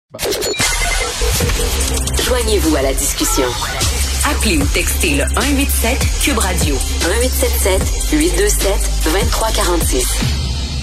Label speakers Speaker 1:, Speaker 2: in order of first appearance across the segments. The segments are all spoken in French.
Speaker 1: Joignez-vous à la discussion. Appelez ou textez le 187 Cube Radio 1877 827 2346.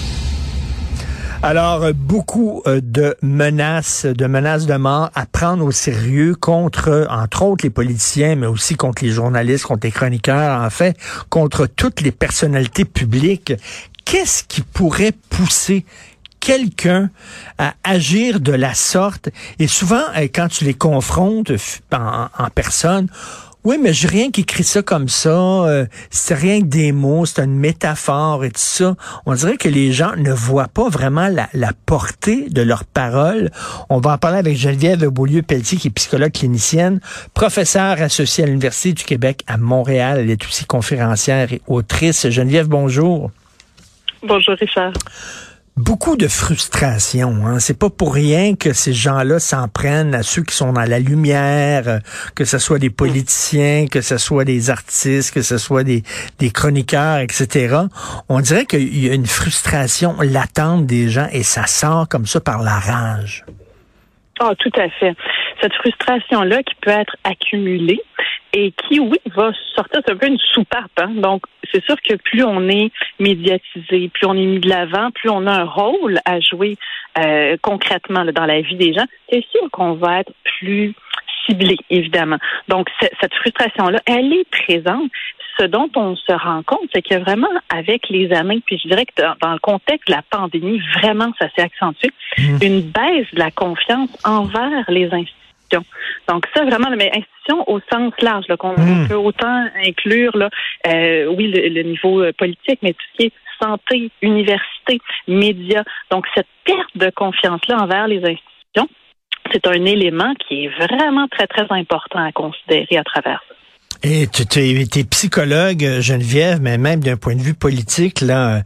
Speaker 2: Alors, beaucoup de menaces de mort à prendre au sérieux contre, entre autres, les politiciens, mais aussi contre les journalistes, contre les chroniqueurs, en fait, contre toutes les personnalités publiques. Qu'est-ce qui pourrait pousser quelqu'un à agir de la sorte? Et souvent, quand tu les confrontes en personne, oui, mais j'ai rien qui écrit ça comme ça, c'est rien que des mots, c'est une métaphore et tout ça. On dirait que les gens ne voient pas vraiment la portée de leurs paroles. On va en parler avec Geneviève Beaulieu-Pelletier, qui est psychologue clinicienne, professeure associée à l'Université du Québec à Montréal. Elle est aussi conférencière et autrice. Geneviève, bonjour.
Speaker 3: Bonjour, Richard.
Speaker 2: Beaucoup de frustration, hein. C'est pas pour rien que ces gens-là s'en prennent à ceux qui sont dans la lumière, que ce soit des politiciens, que ce soit des artistes, que ce soit des chroniqueurs, etc. On dirait qu'il y a une frustration latente des gens et ça sort comme ça par la rage.
Speaker 3: Ah, tout à fait. Cette frustration-là qui peut être accumulée et qui, oui, va sortir, c'est un peu une soupape, hein. Donc, c'est sûr que plus on est médiatisé, plus on est mis de l'avant, plus on a un rôle à jouer concrètement là, dans la vie des gens, c'est sûr qu'on va être plus ciblé, évidemment. Donc, cette frustration-là, elle est présente. Ce dont on se rend compte, c'est que vraiment, avec les années, puis je dirais que dans le contexte de la pandémie, vraiment, ça s'est accentué, une baisse de la confiance envers les institutions. Donc ça, vraiment, mais institutions au sens large, là, qu'on peut autant inclure, là, oui, le niveau politique, mais tout ce qui est santé, université, médias. Donc cette perte de confiance-là envers les institutions, c'est un élément qui est vraiment très, très important à considérer à travers ça.
Speaker 2: Et tu es psychologue, Geneviève, mais même d'un point de vue politique, là,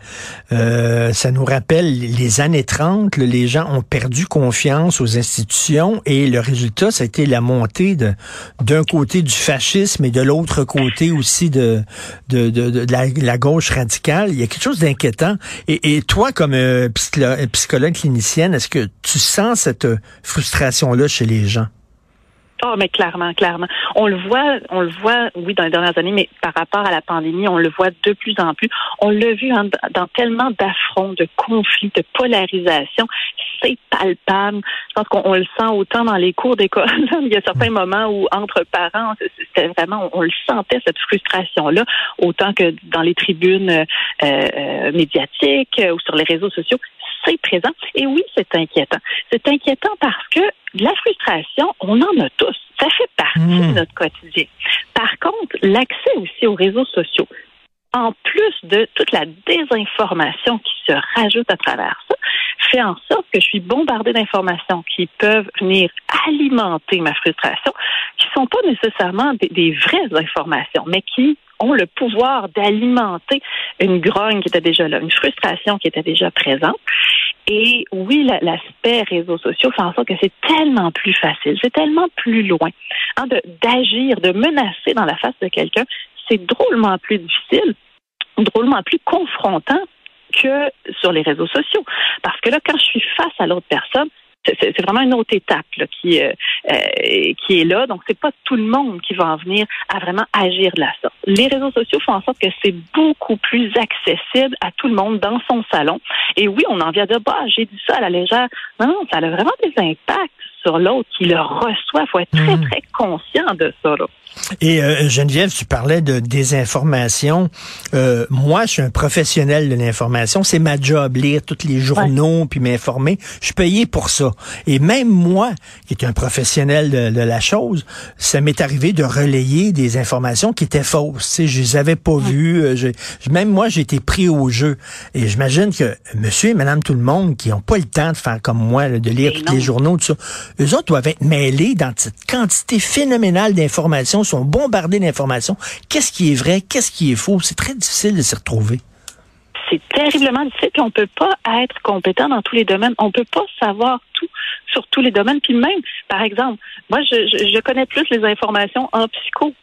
Speaker 2: ça nous rappelle les années 30, là, les gens ont perdu confiance aux institutions et le résultat, ça a été la montée d'un côté du fascisme et de l'autre côté aussi de la gauche radicale. Il y a quelque chose d'inquiétant. Et toi, comme psychologue clinicienne, est-ce que tu sens cette frustration-là chez les gens?
Speaker 3: Oh, mais clairement. On le voit, oui, dans les dernières années, mais par rapport à la pandémie, on le voit de plus en plus. On l'a vu dans tellement d'affronts, de conflits, de polarisation. C'est palpable. Je pense qu'on le sent autant dans les cours d'école. Il y a certains moments où, entre parents, c'était vraiment, on le sentait, cette frustration-là, autant que dans les tribunes médiatiques ou sur les réseaux sociaux. C'est présent. Et oui, c'est inquiétant. C'est inquiétant parce que la frustration, on en a tous. Ça fait partie de notre quotidien. Par contre, l'accès aussi aux réseaux sociaux, en plus de toute la désinformation qui se rajoute à travers ça, fait en sorte que je suis bombardée d'informations qui peuvent venir alimenter ma frustration, qui sont pas nécessairement des vraies informations, mais qui ont le pouvoir d'alimenter une grogne qui était déjà là, une frustration qui était déjà présente. Et oui, l'aspect réseaux sociaux fait en sorte que c'est tellement plus facile, c'est tellement plus loin d'agir, de menacer dans la face de quelqu'un. C'est drôlement plus difficile, drôlement plus confrontant que sur les réseaux sociaux. Parce que là, quand je suis face à l'autre personne, c'est vraiment une autre étape là, qui est là. Donc, c'est pas tout le monde qui va en venir à vraiment agir de la sorte. Les réseaux sociaux font en sorte que c'est beaucoup plus accessible à tout le monde dans son salon. Et oui, on en vient de j'ai dit ça à la légère. Non, ça a vraiment des impacts sur l'autre qui le reçoit. Il faut être très, très conscient de ça, là.
Speaker 2: Et Geneviève, tu parlais de désinformation. Moi, je suis un professionnel de l'information. C'est ma job, lire tous les journaux puis m'informer. Je suis payé pour ça. Et même moi, qui est un professionnel de la chose, ça m'est arrivé de relayer des informations qui étaient fausses. Tu sais, je les avais pas vues. Même moi, j'ai été pris au jeu. Et j'imagine que monsieur et madame tout le monde qui n'ont pas le temps de faire comme moi, là, de lire tous les journaux, tout ça, eux autres doivent être mêlés dans cette quantité phénoménale d'informations, sont bombardés d'informations. Qu'est-ce qui est vrai? Qu'est-ce qui est faux? C'est très difficile de s'y retrouver.
Speaker 3: C'est terriblement difficile, puis on peut pas être compétent dans tous les domaines. On peut pas savoir tout sur tous les domaines. Puis même, par exemple, moi, je connais plus les informations en psycho parce que je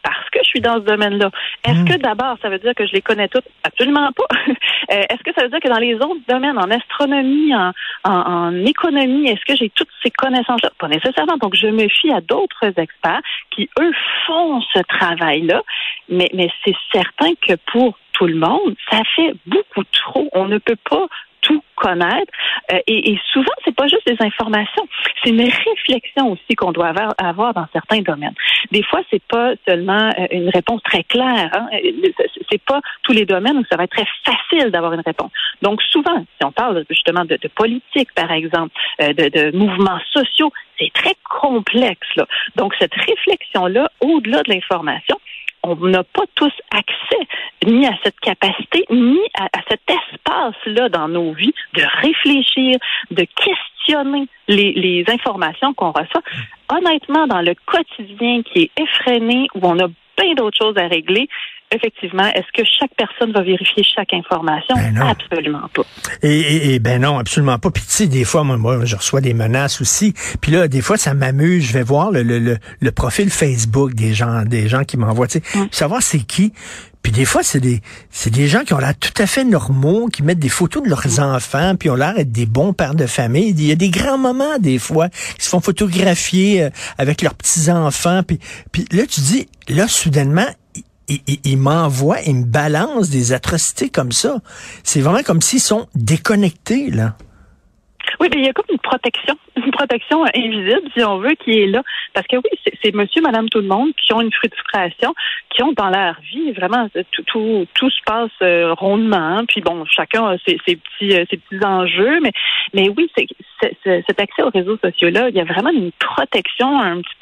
Speaker 3: suis dans ce domaine-là. Est-ce que d'abord, ça veut dire que je les connais toutes? Absolument pas. Est-ce que ça veut dire que dans les autres domaines, en astronomie, en économie, est-ce que j'ai toutes ces connaissances-là? Pas nécessairement. Donc, je me fie à d'autres experts qui, eux, font ce travail-là. Mais c'est certain que pour tout le monde, ça fait beaucoup trop. On ne peut pas tout connaître. Et souvent, c'est pas juste des informations. C'est une réflexion aussi qu'on doit avoir dans certains domaines. Des fois, c'est pas seulement une réponse très claire. Hein. C'est pas tous les domaines où ça va être très facile d'avoir une réponse. Donc, souvent, si on parle justement de politique, par exemple, de mouvements sociaux, c'est très complexe, là. Donc, cette réflexion-là, au-delà de l'information, on n'a pas tous accès ni à cette capacité, ni à cet espace-là dans nos vies de réfléchir, de questionner les informations qu'on reçoit. Honnêtement, dans le quotidien qui est effréné, où on a plein d'autres choses à régler, effectivement, est-ce que chaque personne va vérifier chaque information?
Speaker 2: Ben non.
Speaker 3: Absolument pas.
Speaker 2: Et ben non, absolument pas. Puis tu sais, des fois, moi, je reçois des menaces aussi. Puis là, des fois, ça m'amuse. Je vais voir le profil Facebook des gens qui m'envoient, tu sais, savoir c'est qui. Puis des fois, c'est des gens qui ont l'air tout à fait normaux, qui mettent des photos de leurs enfants, puis ont l'air d'être des bons pères de famille. Il y a des grands-mamans, des fois, qui se font photographier avec leurs petits-enfants. Puis là, tu dis, là, soudainement, ils m'envoient, ils me balancent des atrocités comme ça. C'est vraiment comme s'ils sont déconnectés, là.
Speaker 3: Oui, mais il y a comme une protection invisible, si on veut, qui est là. Parce que oui, c'est monsieur, madame, tout le monde qui ont une frustration, qui ont dans leur vie, vraiment, tout se passe rondement. Hein. Puis bon, chacun a ses petits enjeux, mais oui, cet accès aux réseaux sociaux-là, il y a vraiment une protection un petit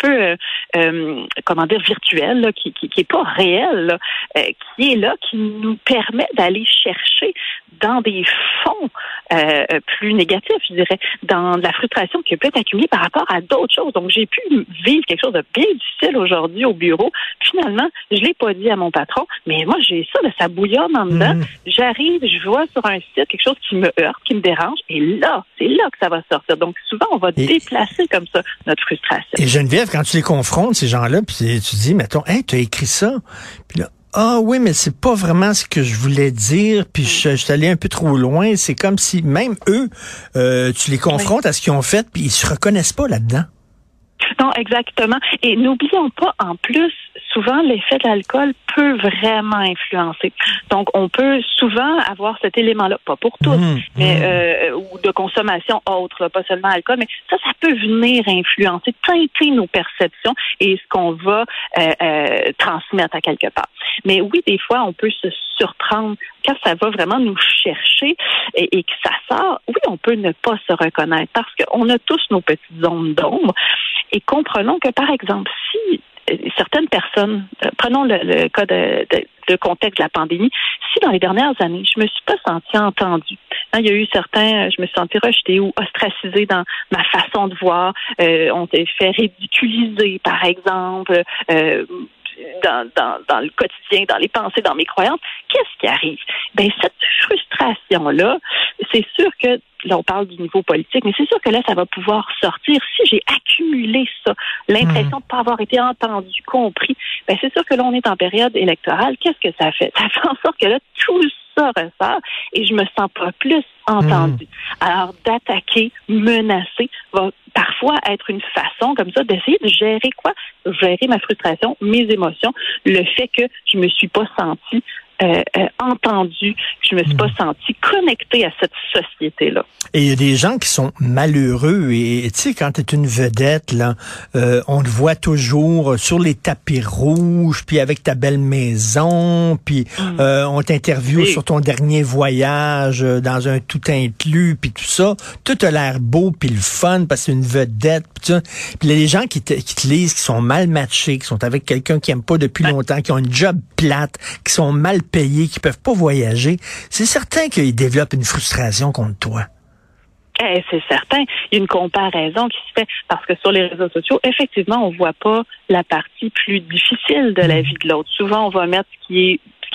Speaker 3: peu, virtuelle, là, qui est pas réelle, là, qui est là, qui nous permet d'aller chercher dans des fonds plus négatifs, je dirais, dans de la frustration qui peut être accumulée par rapport à d'autres choses. Donc, j'ai pu vivre quelque chose de bien difficile aujourd'hui au bureau. Finalement, je l'ai pas dit à mon patron, mais moi, j'ai ça, ça bouillonne en dedans. J'arrive, je vois sur un site quelque chose qui me heurte, qui me dérange, et là, c'est là que ça va sortir. Donc, souvent, on va déplacer comme ça notre frustration. Et
Speaker 2: Geneviève, quand tu les confrontes, ces gens-là, puis tu dis, mettons, hey, tu as écrit ça, puis là, ah oui, mais c'est pas vraiment ce que je voulais dire, puis je suis allé un peu trop loin. C'est comme si même eux, tu les confrontes à ce qu'ils ont fait, puis ils se reconnaissent pas là-dedans.
Speaker 3: Non, exactement. Et n'oublions pas, en plus, souvent, l'effet de l'alcool peut vraiment influencer. Donc, on peut souvent avoir cet élément-là, pas pour tous, mais ou de consommation autre, là, pas seulement alcool, mais ça peut venir influencer, teinter nos perceptions et ce qu'on va transmettre à quelque part. Mais oui, des fois, on peut se surprendre quand ça va vraiment nous chercher et que ça sort. Oui, on peut ne pas se reconnaître parce qu'on a tous nos petites zones d'ombre. Et comprenons que, par exemple, si certaines personnes, prenons le cas de contexte de la pandémie, si dans les dernières années, je me suis pas sentie entendue, hein, il y a eu certains, je me suis sentie rejetée ou ostracisée dans ma façon de voir, on s'est fait ridiculiser, par exemple, dans le quotidien, dans les pensées, dans mes croyances, qu'est-ce qui arrive? Ben, cette frustration-là, c'est sûr que, là, on parle du niveau politique, mais c'est sûr que là, ça va pouvoir sortir. Si j'ai accumulé ça, l'impression de ne pas avoir été entendu, compris, ben, c'est sûr que là, on est en période électorale. Qu'est-ce que ça fait? Ça fait en sorte que là, tout ça ressort et je me sens pas plus entendue. Alors, d'attaquer, menacer, va parfois être une façon comme ça d'essayer de gérer quoi? Gérer ma frustration, mes émotions, le fait que je me suis pas sentie entendue, je me suis pas sentie connectée à cette société-là.
Speaker 2: Et il y a des gens qui sont malheureux et tu sais, quand tu es une vedette, là, on te voit toujours sur les tapis rouges, puis avec ta belle maison, puis on t'interviewe sur ton dernier voyage dans un tout inclus, puis tout ça. Tout a l'air beau, puis le fun, parce que c'est une vedette, puis ça. Puis les gens qui te lisent, qui sont mal matchés, qui sont avec quelqu'un qui aime pas depuis longtemps, qui ont une job plate, qui sont mal payés, qui peuvent pas voyager, c'est certain qu'ils développent une frustration contre toi.
Speaker 3: C'est certain. Il y a une comparaison qui se fait parce que sur les réseaux sociaux, effectivement, on voit pas la partie plus difficile de la vie de l'autre. Souvent, on va mettre ce qui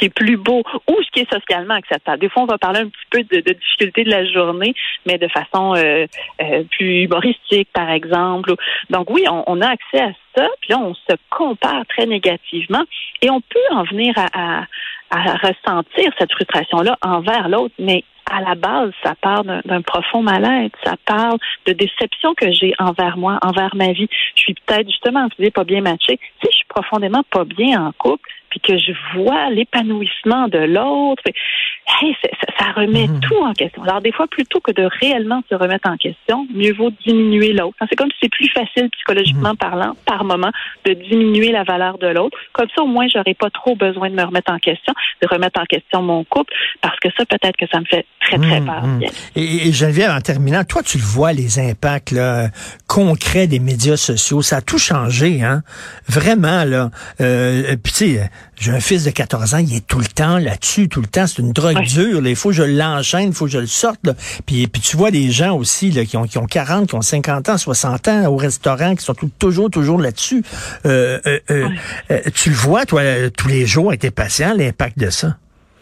Speaker 3: qui est plus beau ou ce qui est socialement acceptable. Des fois, on va parler un petit peu de difficultés de la journée, mais de façon plus humoristique, par exemple. Donc oui, on a accès à ça, puis là, on se compare très négativement et on peut en venir à ressentir cette frustration-là envers l'autre, mais à la base, ça part d'un profond mal-être, ça parle de déception que j'ai envers moi, envers ma vie. Je suis peut-être justement, pas bien matchée. Si je suis profondément pas bien en couple, puis que je vois l'épanouissement de l'autre, ça remet tout en question. Alors des fois, plutôt que de réellement se remettre en question, mieux vaut diminuer l'autre. C'est comme si c'est plus facile psychologiquement parlant, par moment, de diminuer la valeur de l'autre. Comme ça, au moins, j'aurais pas trop besoin de me remettre en question, de remettre en question mon couple, parce que ça, peut-être que ça me fait très, très peur.
Speaker 2: Et Geneviève, en terminant, toi, tu le vois, les impacts là, concrets des médias sociaux, ça a tout changé, hein? Vraiment, là. Puis, tu sais, j'ai un fils de 14 ans, il est tout le temps là-dessus, tout le temps. C'est une drogue dure. Là. Il faut que je l'enchaîne, il faut que je le sorte. Là. Puis tu vois des gens aussi là, qui ont 40, qui ont 50 ans, 60 ans au restaurant, qui sont toujours là-dessus. Tu le vois, toi, tous les jours avec tes patients, l'impact de ça?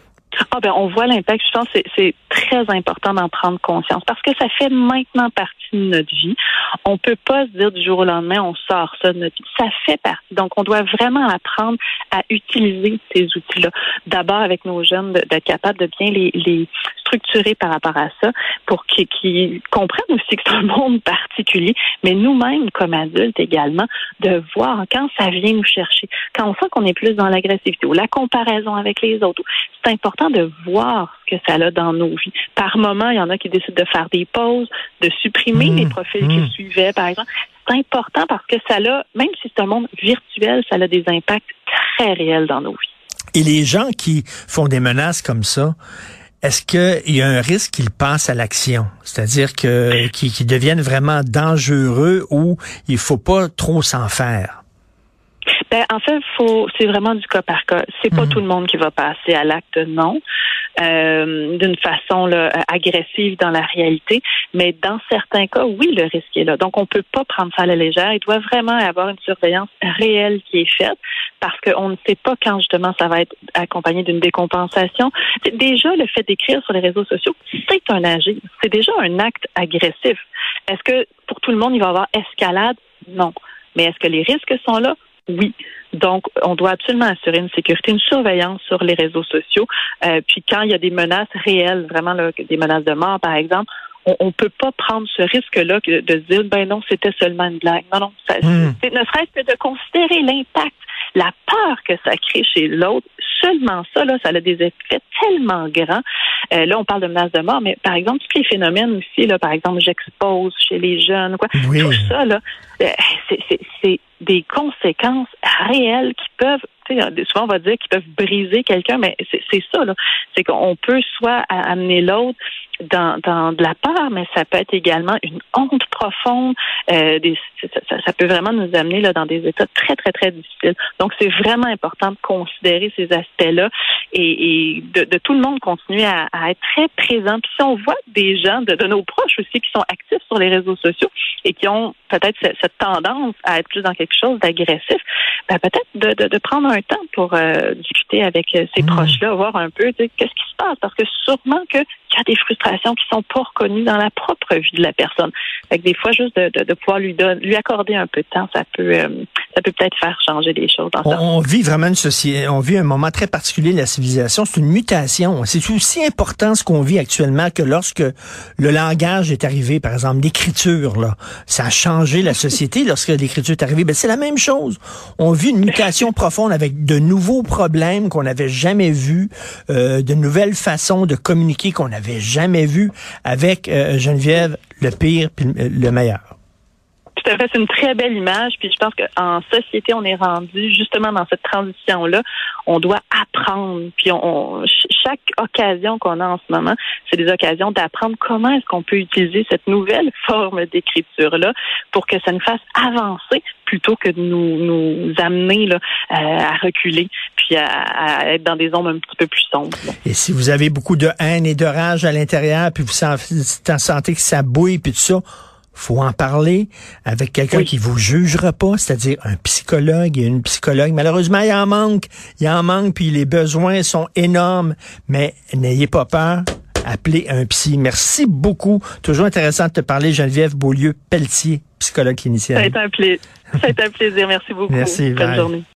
Speaker 3: On voit l'impact. Je pense que c'est très important d'en prendre conscience parce que ça fait maintenant partie de notre vie. On peut pas se dire du jour au lendemain, on sort ça de notre vie. Ça fait partie. Donc, on doit vraiment apprendre à utiliser ces outils-là. D'abord, avec nos jeunes, d'être capable de bien les structurer par rapport à ça pour qu'ils comprennent aussi que c'est un monde particulier, mais nous-mêmes, comme adultes également, de voir quand ça vient nous chercher, quand on sent qu'on est plus dans l'agressivité ou la comparaison avec les autres. C'est important de voir ce que ça a dans nos vies. Par moment, il y en a qui décident de faire des pauses, de supprimer les profils qu'ils suivaient, par exemple. C'est important parce que ça a, même si c'est un monde virtuel, ça a des impacts très réels dans nos vies.
Speaker 2: Et les gens qui font des menaces comme ça, est-ce qu'il y a un risque qu'ils passent à l'action? C'est-à-dire qu'ils deviennent vraiment dangereux ou il faut pas trop s'en faire?
Speaker 3: En fait, c'est vraiment du cas par cas. C'est pas tout le monde qui va passer à l'acte, non, d'une façon là, agressive dans la réalité, mais dans certains cas, oui, le risque est là. Donc, on peut pas prendre ça à la légère. Il doit vraiment y avoir une surveillance réelle qui est faite parce qu'on ne sait pas quand, justement, ça va être accompagné d'une décompensation. Déjà, le fait d'écrire sur les réseaux sociaux, c'est un agir. C'est déjà un acte agressif. Est-ce que, pour tout le monde, il va y avoir escalade? Non. Mais est-ce que les risques sont là? Oui. Donc, on doit absolument assurer une sécurité, une surveillance sur les réseaux sociaux. Puis quand il y a des menaces réelles, vraiment là, des menaces de mort, par exemple, on peut pas prendre ce risque-là de se dire, ben non, c'était seulement une blague. Non, c'est ne serait-ce que de considérer l'impact, la peur que ça crée chez l'autre. Seulement ça, là, ça a des effets tellement grands. Là, on parle de menaces de mort, mais par exemple, tous les phénomènes aussi, là, par exemple, j'expose chez les jeunes, quoi. Oui. Tout ça, là, c'est des conséquences réelles qui peuvent, souvent on va dire qu'ils peuvent briser quelqu'un, mais c'est ça, là. C'est qu'on peut soit amener l'autre dans de la peur, mais ça peut être également une honte profonde. Ça peut vraiment nous amener là dans des états très, très, très difficiles. Donc, c'est vraiment important de considérer ces aspects-là et de tout le monde continuer à être très présent. Puis si on voit des gens de nos proches aussi qui sont actifs sur les réseaux sociaux et qui ont peut-être cette tendance à être plus dans quelque chose d'agressif, peut-être de prendre un temps pour discuter avec ces proches-là, voir un peu qu'est-ce qui se passe, parce que sûrement qu'il y a des frustrations qui sont pas reconnues dans la propre vie de la personne. Fait que des fois, juste de pouvoir lui accorder un peu de temps, ça peut peut-être faire changer des choses.
Speaker 2: On vit vraiment une société, on vit un moment très particulier de la civilisation. C'est une mutation. C'est aussi important ce qu'on vit actuellement que lorsque le langage est arrivé, par exemple, l'écriture, là. Ça a changé la société lorsque l'écriture est arrivée. C'est la même chose. On vit une mutation profonde avec de nouveaux problèmes qu'on n'avait jamais vus, de nouvelles façons de communiquer qu'on n'avait jamais vues avec, Geneviève, le pire puis le meilleur.
Speaker 3: Tout à fait, c'est une très belle image. Puis je pense qu'en société, on est rendu justement dans cette transition-là. On doit apprendre. Puis chaque occasion qu'on a en ce moment, c'est des occasions d'apprendre comment est-ce qu'on peut utiliser cette nouvelle forme d'écriture-là pour que ça nous fasse avancer plutôt que de nous amener là, à reculer puis à être dans des ombres un petit peu plus sombres.
Speaker 2: Et si vous avez beaucoup de haine et de rage à l'intérieur, puis vous sentez que ça bouille, puis tout ça, faut en parler avec quelqu'un qui vous jugera pas, c'est-à-dire un psychologue et une psychologue. Malheureusement, il en manque, puis les besoins sont énormes, mais n'ayez pas peur. Appelez un psy. Merci beaucoup. Toujours intéressant de te parler, Geneviève Beaulieu-Pelletier, psychologue clinicienne.
Speaker 3: Ça a été un plaisir. Merci beaucoup.
Speaker 2: Merci.
Speaker 3: Bonne journée.